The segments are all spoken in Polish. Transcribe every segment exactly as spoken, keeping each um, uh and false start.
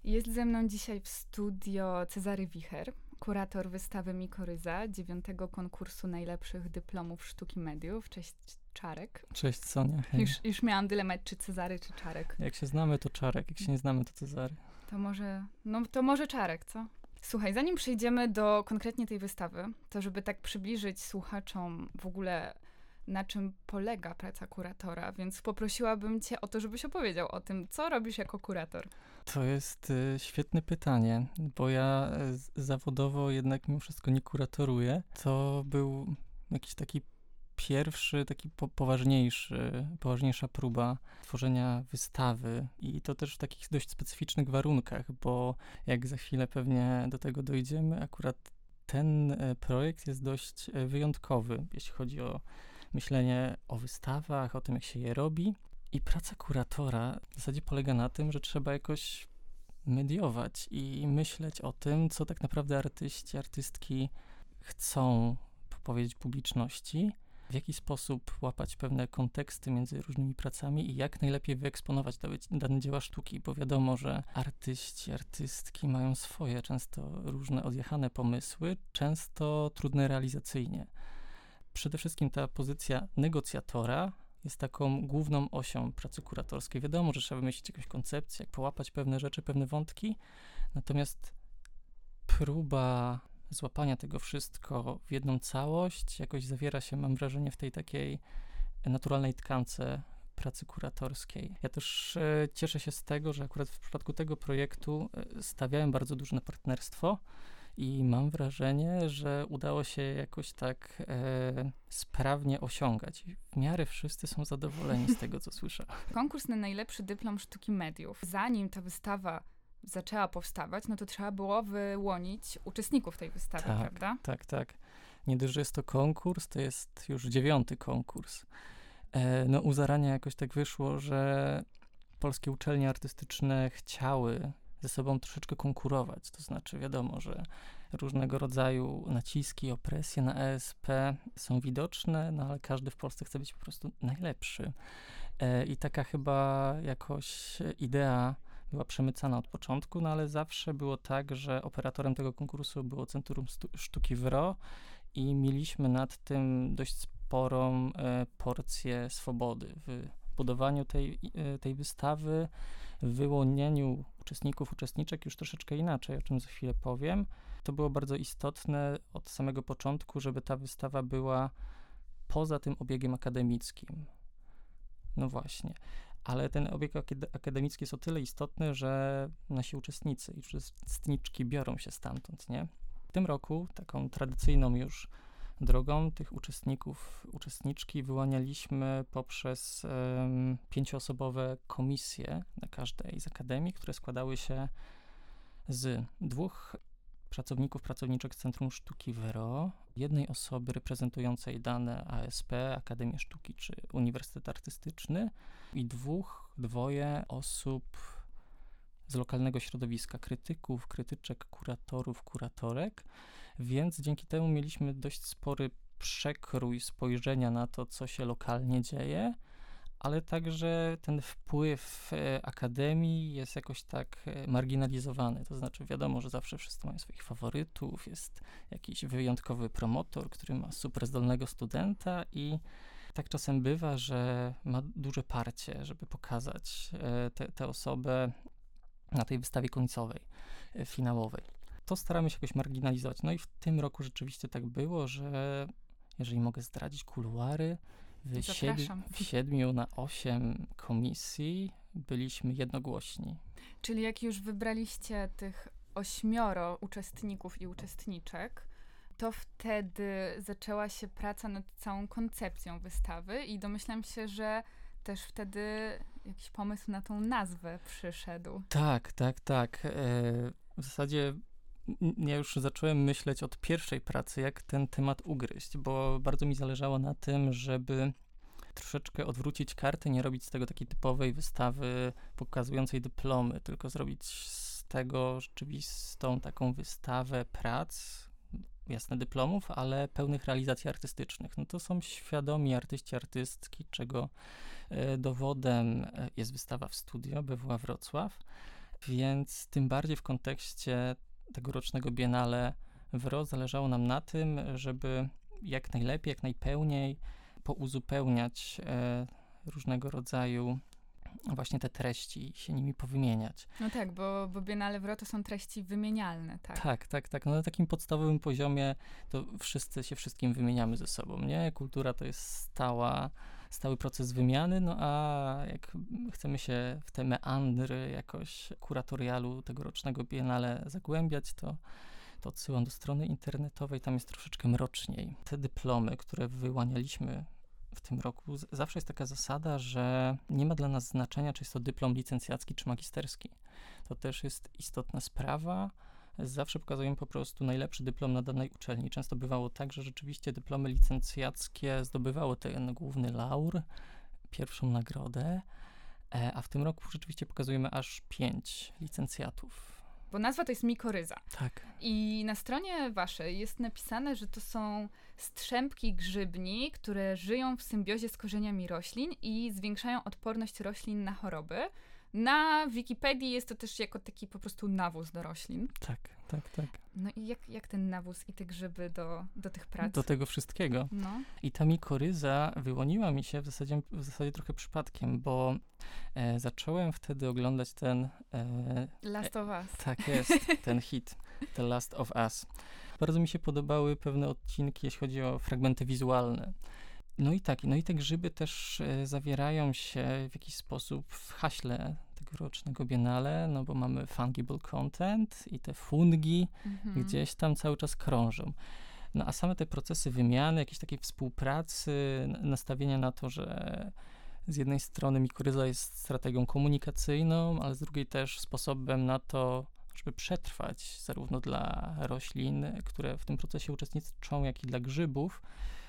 Jest ze mną dzisiaj w studio Cezary Wicher, kurator wystawy Mikoryza, dziewiątego konkursu najlepszych dyplomów sztuki mediów. Cześć, Czarek. Cześć, Sonia. Hej. Już, już miałam dylemat, czy Cezary, czy Czarek. Jak się znamy, to Czarek. Jak się nie znamy, to Cezary. To może, no to może Czarek, co? Słuchaj, zanim przejdziemy do konkretnie tej wystawy, to żeby tak przybliżyć słuchaczom w ogóle, na czym polega praca kuratora, więc poprosiłabym cię o to, żebyś opowiedział o tym, co robisz jako kurator. To jest y, świetne pytanie, bo ja y, zawodowo jednak mimo wszystko nie kuratoruję. To był jakiś taki pierwszy, taki po, poważniejszy, poważniejsza próba tworzenia wystawy i to też w takich dość specyficznych warunkach, bo jak za chwilę pewnie do tego dojdziemy, akurat ten y, projekt jest dość y, wyjątkowy, jeśli chodzi o myślenie o wystawach, o tym, jak się je robi. I praca kuratora w zasadzie polega na tym, że trzeba jakoś mediować i myśleć o tym, co tak naprawdę artyści, artystki chcą powiedzieć publiczności, w jaki sposób łapać pewne konteksty między różnymi pracami i jak najlepiej wyeksponować dane dzieła sztuki, bo wiadomo, że artyści, artystki mają swoje, często różne odjechane pomysły, często trudne realizacyjnie. Przede wszystkim ta pozycja negocjatora jest taką główną osią pracy kuratorskiej. Wiadomo, że trzeba wymyślić jakąś koncepcję, jak połapać pewne rzeczy, pewne wątki, natomiast próba złapania tego wszystko w jedną całość jakoś zawiera się, mam wrażenie, w tej takiej naturalnej tkance pracy kuratorskiej. Ja też e, cieszę się z tego, że akurat w przypadku tego projektu e, stawiałem bardzo duże na partnerstwo i mam wrażenie, że udało się jakoś tak e, sprawnie osiągać. W miarę wszyscy są zadowoleni z tego, co słyszę. Konkurs na najlepszy dyplom sztuki mediów. Zanim ta wystawa zaczęła powstawać, no to trzeba było wyłonić uczestników tej wystawy, tak, prawda? Tak, tak. Nie dość, że jest to konkurs, to jest już dziewiąty konkurs. E, no u zarania jakoś tak wyszło, że polskie uczelnie artystyczne chciały ze sobą troszeczkę konkurować. To znaczy wiadomo, że różnego rodzaju naciski, opresje na E S P są widoczne, no ale każdy w Polsce chce być po prostu najlepszy. E, I taka chyba jakoś idea była przemycana od początku, no ale zawsze było tak, że operatorem tego konkursu było Centrum Stu- Sztuki w R O i mieliśmy nad tym dość sporą e, porcję swobody w budowaniu tej, e, tej wystawy, w wyłonieniu uczestników, uczestniczek już troszeczkę inaczej, o czym za chwilę powiem. To było bardzo istotne od samego początku, żeby ta wystawa była poza tym obiegiem akademickim. No właśnie. Ale ten obieg akademicki jest o tyle istotny, że nasi uczestnicy i uczestniczki biorą się stamtąd, nie? W tym roku taką tradycyjną już drogą tych uczestników, uczestniczki wyłanialiśmy poprzez um, pięcioosobowe komisje na każdej z akademii, które składały się z dwóch pracowników, pracowniczek z Centrum Sztuki w R O, jednej osoby reprezentującej dane A S P, Akademię Sztuki czy Uniwersytet Artystyczny i dwóch, dwoje osób z lokalnego środowiska, krytyków, krytyczek, kuratorów, kuratorek, więc dzięki temu mieliśmy dość spory przekrój spojrzenia na to, co się lokalnie dzieje, ale także ten wpływ e, akademii jest jakoś tak e, marginalizowany. To znaczy wiadomo, że zawsze wszyscy mają swoich faworytów, jest jakiś wyjątkowy promotor, który ma super zdolnego studenta i tak czasem bywa, że ma duże parcie, żeby pokazać e, tę osobę na tej wystawie końcowej, e, finałowej. To staramy się jakoś marginalizować. No i w tym roku rzeczywiście tak było, że jeżeli mogę zdradzić kuluary, W, siedmi, w siedmiu na osiem komisji byliśmy jednogłośni. Czyli jak już wybraliście tych ośmioro uczestników i uczestniczek, to wtedy zaczęła się praca nad całą koncepcją wystawy i domyślam się, że też wtedy jakiś pomysł na tą nazwę przyszedł. Tak, tak, tak. E, w zasadzie ja już zacząłem myśleć od pierwszej pracy, jak ten temat ugryźć, bo bardzo mi zależało na tym, żeby troszeczkę odwrócić karty, nie robić z tego takiej typowej wystawy pokazującej dyplomy, tylko zrobić z tego rzeczywistą taką wystawę prac, jasne dyplomów, ale pełnych realizacji artystycznych. No to są świadomi artyści, artystki, czego e, dowodem jest wystawa w studio B W A Wrocław. Więc tym bardziej w kontekście tegorocznego Biennale w R O zależało nam na tym, żeby jak najlepiej, jak najpełniej pouzupełniać e, różnego rodzaju właśnie te treści i się nimi powymieniać. No tak, bo, bo Biennale w R O to są treści wymienialne, tak? Tak, tak, tak. No na takim podstawowym poziomie to wszyscy się wszystkim wymieniamy ze sobą, nie? Kultura to jest stała, stały proces wymiany, no a jak chcemy się w te meandry jakoś kuratorialu tegorocznego Biennale zagłębiać, to to odsyłam do strony internetowej, tam jest troszeczkę mroczniej. Te dyplomy, które wyłanialiśmy w tym roku, z- zawsze jest taka zasada, że nie ma dla nas znaczenia, czy jest to dyplom licencjacki, czy magisterski. To też jest istotna sprawa. Zawsze pokazujemy po prostu najlepszy dyplom na danej uczelni. Często bywało tak, że rzeczywiście dyplomy licencjackie zdobywały ten główny laur, pierwszą nagrodę, e, a w tym roku rzeczywiście pokazujemy aż pięć licencjatów. Bo nazwa to jest mikoryza. Tak. I na stronie waszej jest napisane, że to są strzępki grzybni, które żyją w symbiozie z korzeniami roślin i zwiększają odporność roślin na choroby. Na Wikipedii jest to też jako taki po prostu nawóz do roślin. Tak, tak, tak. No i jak, jak ten nawóz i te grzyby do, do tych prac? Do tego wszystkiego. No. I ta mikoryza wyłoniła mi się w zasadzie, w zasadzie trochę przypadkiem, bo e, zacząłem wtedy oglądać ten... E, Last of Us. tak jest, ten hit, The Last of Us. Bardzo mi się podobały pewne odcinki, jeśli chodzi o fragmenty wizualne. No i tak, no i te grzyby też e, zawierają się w jakiś sposób w haśle tegorocznego Biennale, no bo mamy fungible content i te fungi Mhm. gdzieś tam cały czas krążą. No a same te procesy wymiany, jakiejś takiej współpracy, n- nastawienia na to, że z jednej strony mikoryza jest strategią komunikacyjną, ale z drugiej też sposobem na to, żeby przetrwać zarówno dla roślin, które w tym procesie uczestniczą, jak i dla grzybów,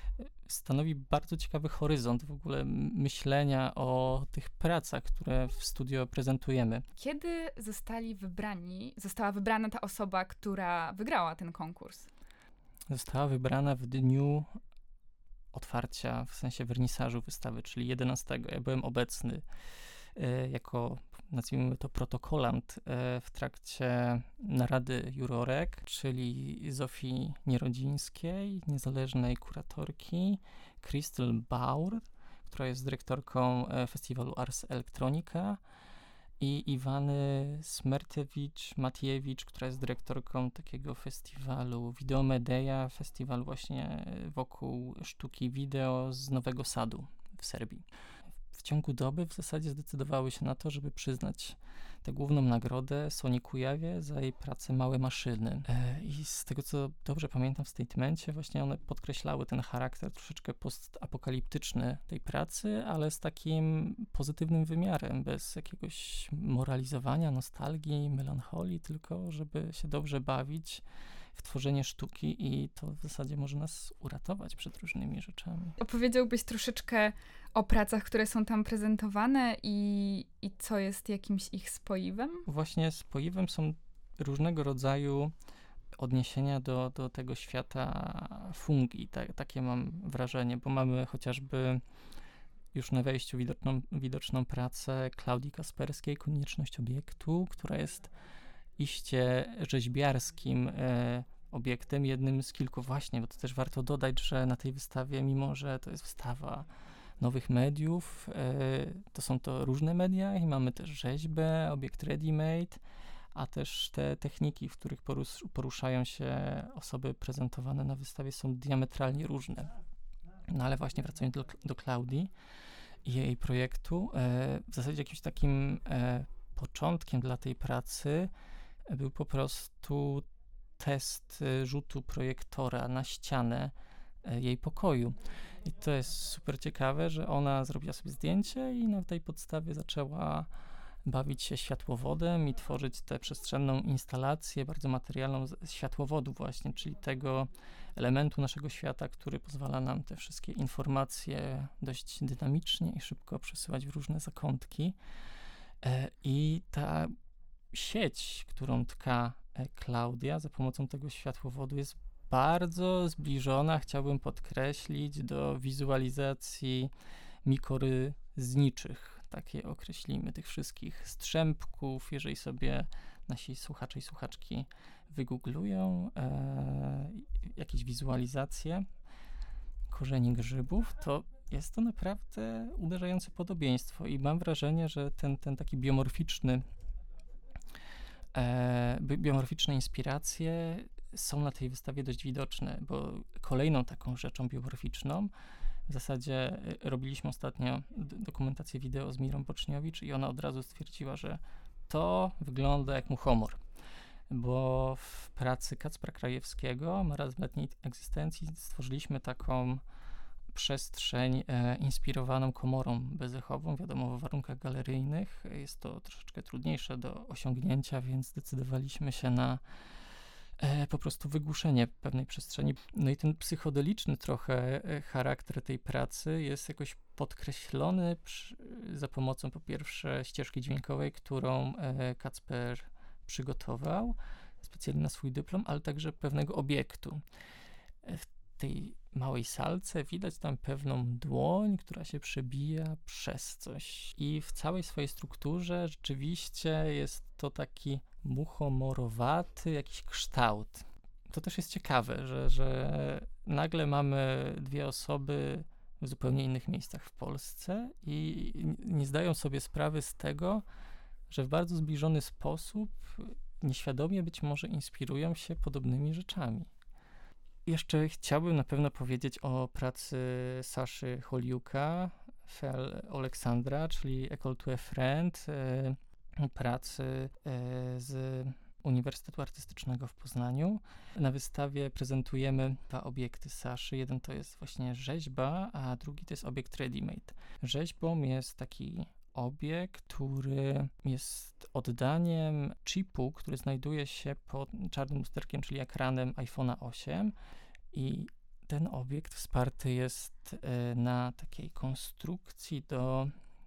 stanowi bardzo ciekawy horyzont w ogóle m- myślenia o tych pracach, które w studio prezentujemy. Kiedy zostali wybrani, została wybrana ta osoba, która wygrała ten konkurs? Została wybrana w dniu otwarcia, w sensie wernisażu wystawy, czyli jedenastego. Ja byłem obecny e, jako, nazwijmy to, protokolant e, w trakcie narady jurorek, czyli Zofii Nierodzińskiej, niezależnej kuratorki, Crystal Baur, która jest dyrektorką e, festiwalu Ars Electronica, i Iwany Smertewicz-Matiewicz, która jest dyrektorką takiego festiwalu Video Medeja, festiwalu właśnie wokół sztuki wideo z Nowego Sadu w Serbii. W ciągu doby w zasadzie zdecydowały się na to, żeby przyznać tę główną nagrodę Soni Kujawie za jej pracę Małe Maszyny. E, I z tego, co dobrze pamiętam w statemencie, właśnie one podkreślały ten charakter troszeczkę postapokaliptyczny tej pracy, ale z takim pozytywnym wymiarem, bez jakiegoś moralizowania, nostalgii, melancholii, tylko żeby się dobrze bawić w tworzenie sztuki i to w zasadzie może nas uratować przed różnymi rzeczami. Opowiedziałbyś troszeczkę o pracach, które są tam prezentowane i, i co jest jakimś ich spoiwem? Właśnie spoiwem są różnego rodzaju odniesienia do, do tego świata fungi. Tak, takie mam wrażenie, bo mamy chociażby już na wejściu widoczną, widoczną pracę Klaudii Kasperskiej, Konieczność obiektu, która jest iście rzeźbiarskim e, obiektem, jednym z kilku właśnie, bo to też warto dodać, że na tej wystawie, mimo że to jest wystawa nowych mediów, e, to są to różne media i mamy też rzeźbę, obiekt ready-made, a też te techniki, w których porus- poruszają się osoby prezentowane na wystawie, są diametralnie różne. No ale właśnie wracając do, do Klaudii i jej projektu, e, w zasadzie jakimś takim e, początkiem dla tej pracy był po prostu test e, rzutu projektora na ścianę e, jej pokoju. I to jest super ciekawe, że ona zrobiła sobie zdjęcie i na tej podstawie zaczęła bawić się światłowodem i tworzyć tę przestrzenną instalację, bardzo materialną z światłowodu właśnie, czyli tego elementu naszego świata, który pozwala nam te wszystkie informacje dość dynamicznie i szybko przesyłać w różne zakątki. E, I ta sieć, którą tka e, Klaudia za pomocą tego światłowodu jest bardzo zbliżona, chciałbym podkreślić, do wizualizacji mikoryzniczych. tak je określimy, tych wszystkich strzępków. Jeżeli sobie nasi słuchacze i słuchaczki wygooglują e, jakieś wizualizacje korzeni grzybów, to jest to naprawdę uderzające podobieństwo i mam wrażenie, że ten, ten taki biomorficzny e, biomorficzne inspiracje są na tej wystawie dość widoczne, bo kolejną taką rzeczą biomorficzną w zasadzie robiliśmy ostatnio dokumentację wideo z Mirą Boczniowicz i ona od razu stwierdziła, że to wygląda jak muchomor, bo w pracy Kacpra Krajewskiego, Marazm letniej egzystencji, stworzyliśmy taką przestrzeń e, inspirowaną komorą bezechową, wiadomo, w warunkach galeryjnych. Jest to troszeczkę trudniejsze do osiągnięcia, więc zdecydowaliśmy się na e, po prostu wygłuszenie pewnej przestrzeni. No i ten psychodeliczny trochę e, charakter tej pracy jest jakoś podkreślony przy, za pomocą po pierwsze ścieżki dźwiękowej, którą e, Kacper przygotował specjalnie na swój dyplom, ale także pewnego obiektu. W tej małej salce widać tam pewną dłoń, która się przebija przez coś i w całej swojej strukturze rzeczywiście jest to taki muchomorowaty jakiś kształt. To też jest ciekawe, że, że nagle mamy dwie osoby w zupełnie innych miejscach w Polsce i nie zdają sobie sprawy z tego, że w bardzo zbliżony sposób nieświadomie być może inspirują się podobnymi rzeczami. Jeszcze chciałbym na pewno powiedzieć o pracy Saszy Holiuka, Fel Oleksandra, czyli École to a Friend, e, pracy e, z Uniwersytetu Artystycznego w Poznaniu. Na wystawie prezentujemy dwa obiekty Saszy. Jeden to jest właśnie rzeźba, a drugi to jest obiekt ready-made. Rzeźbą jest taki obiekt, który jest oddaniem chipu, który znajduje się pod czarnym lusterkiem, czyli ekranem iPhone'a osiem i ten obiekt wsparty jest y, na takiej konstrukcji do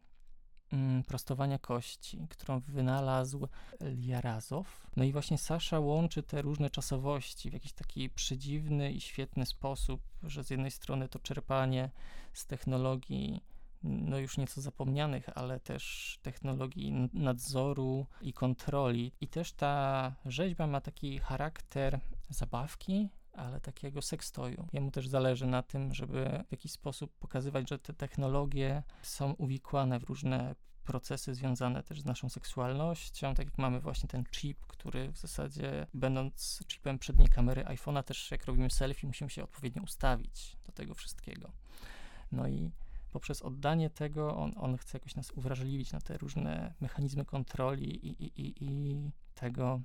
y, prostowania kości, którą wynalazł Ljarazow. No i właśnie Sasza łączy te różne czasowości w jakiś taki przedziwny i świetny sposób, że z jednej strony to czerpanie z technologii no już nieco zapomnianych, ale też technologii nadzoru i kontroli. I też ta rzeźba ma taki charakter zabawki, ale takiego sekstoju. Jemu też zależy na tym, żeby w jakiś sposób pokazywać, że te technologie są uwikłane w różne procesy związane też z naszą seksualnością, tak jak mamy właśnie ten chip, który w zasadzie, będąc chipem przedniej kamery iPhone'a, też jak robimy selfie, musimy się odpowiednio ustawić do tego wszystkiego. No i poprzez oddanie tego on, on chce jakoś nas uwrażliwić na te różne mechanizmy kontroli i, i, i, i tego,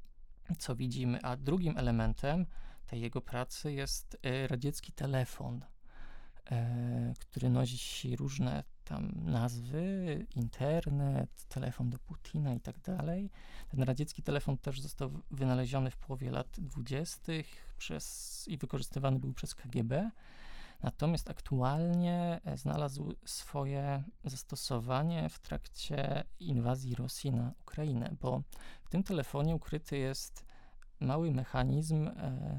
co widzimy. A drugim elementem tej jego pracy jest y, radziecki telefon, y, który nosi różne tam nazwy, internet, telefon do Putina i tak dalej. Ten radziecki telefon też został wynaleziony w połowie lat dwudziestych przez, i wykorzystywany był przez K G B. Natomiast aktualnie znalazł swoje zastosowanie w trakcie inwazji Rosji na Ukrainę, bo w tym telefonie ukryty jest mały mechanizm e,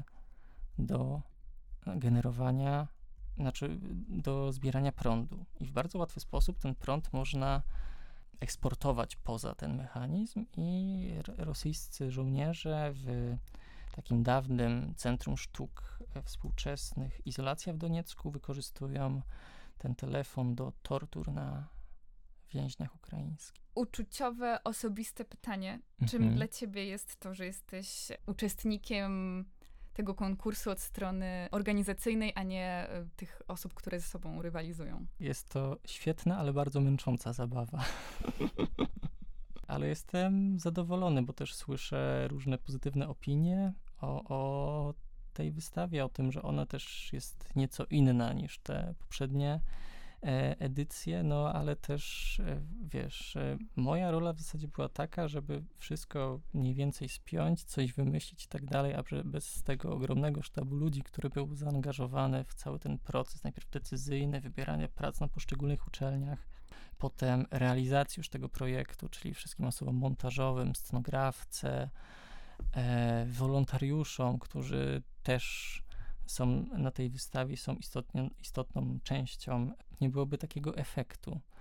do generowania, znaczy do zbierania prądu. I w bardzo łatwy sposób ten prąd można eksportować poza ten mechanizm i rosyjscy żołnierze w takim dawnym centrum sztuk współczesnych, Izolacja w Doniecku, wykorzystują ten telefon do tortur na więźniach ukraińskich. Uczuciowe, osobiste pytanie. Mhm. Czym dla ciebie jest to, że jesteś uczestnikiem tego konkursu od strony organizacyjnej, a nie y, tych osób, które ze sobą rywalizują? Jest to świetna, ale bardzo męcząca zabawa. Ale jestem zadowolony, bo też słyszę różne pozytywne opinie o, o tej wystawie, o tym, że ona też jest nieco inna niż te poprzednie e, edycje, no ale też, e, wiesz, e, moja rola w zasadzie była taka, żeby wszystko mniej więcej spiąć, coś wymyślić i tak dalej, a bez tego ogromnego sztabu ludzi, który był zaangażowany w cały ten proces, najpierw decyzyjny, wybieranie prac na poszczególnych uczelniach, potem realizacji już tego projektu, czyli wszystkim osobom montażowym, scenografce, e, wolontariuszom, którzy też są na tej wystawie, są istotnie, istotną częścią. Nie byłoby takiego efektu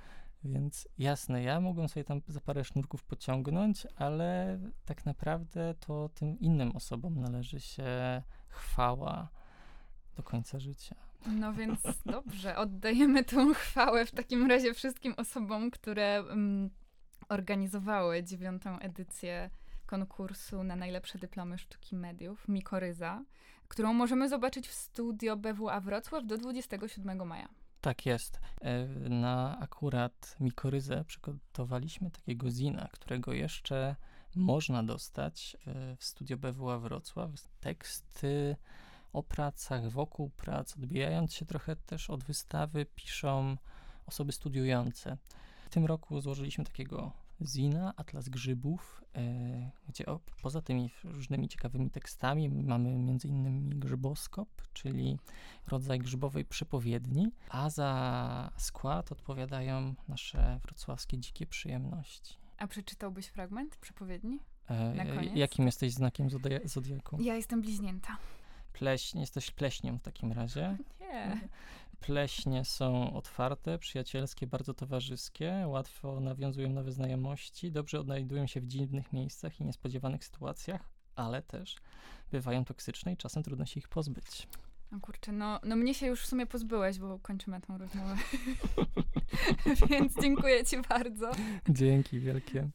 Więc jasne, ja mogłem sobie tam za parę sznurków pociągnąć, ale tak naprawdę to tym innym osobom należy się chwała do końca życia. No więc dobrze, oddajemy tą chwałę w takim razie wszystkim osobom, które um, organizowały dziewiątą edycję konkursu na najlepsze dyplomy sztuki mediów, Mikoryza, którą możemy zobaczyć w studio B W A Wrocław do dwudziestego siódmego maja. Tak jest. E, Na akurat Mikoryzę przygotowaliśmy takiego zina, którego jeszcze można dostać w, w studio B W A Wrocław. Teksty o pracach, wokół prac, odbijając się trochę też od wystawy, piszą osoby studiujące. W tym roku złożyliśmy takiego zina, Atlas Grzybów, e, gdzie o, poza tymi różnymi ciekawymi tekstami mamy między innymi grzyboskop, czyli rodzaj grzybowej przepowiedni, a za skład odpowiadają nasze wrocławskie dzikie przyjemności. A przeczytałbyś fragment przepowiedni? E, Na koniec? Jakim jesteś znakiem zodia- zodiaku? Ja jestem bliźnięta. Pleśń, jesteś pleśnią w takim razie. Nie. Pleśnie są otwarte, przyjacielskie, bardzo towarzyskie, łatwo nawiązują nowe znajomości, dobrze odnajdują się w dziwnych miejscach i niespodziewanych sytuacjach, ale też bywają toksyczne i czasem trudno się ich pozbyć. No kurczę, no, no mnie się już w sumie pozbyłeś, bo kończymy tą rozmowę. Więc dziękuję ci bardzo. Dzięki wielkie.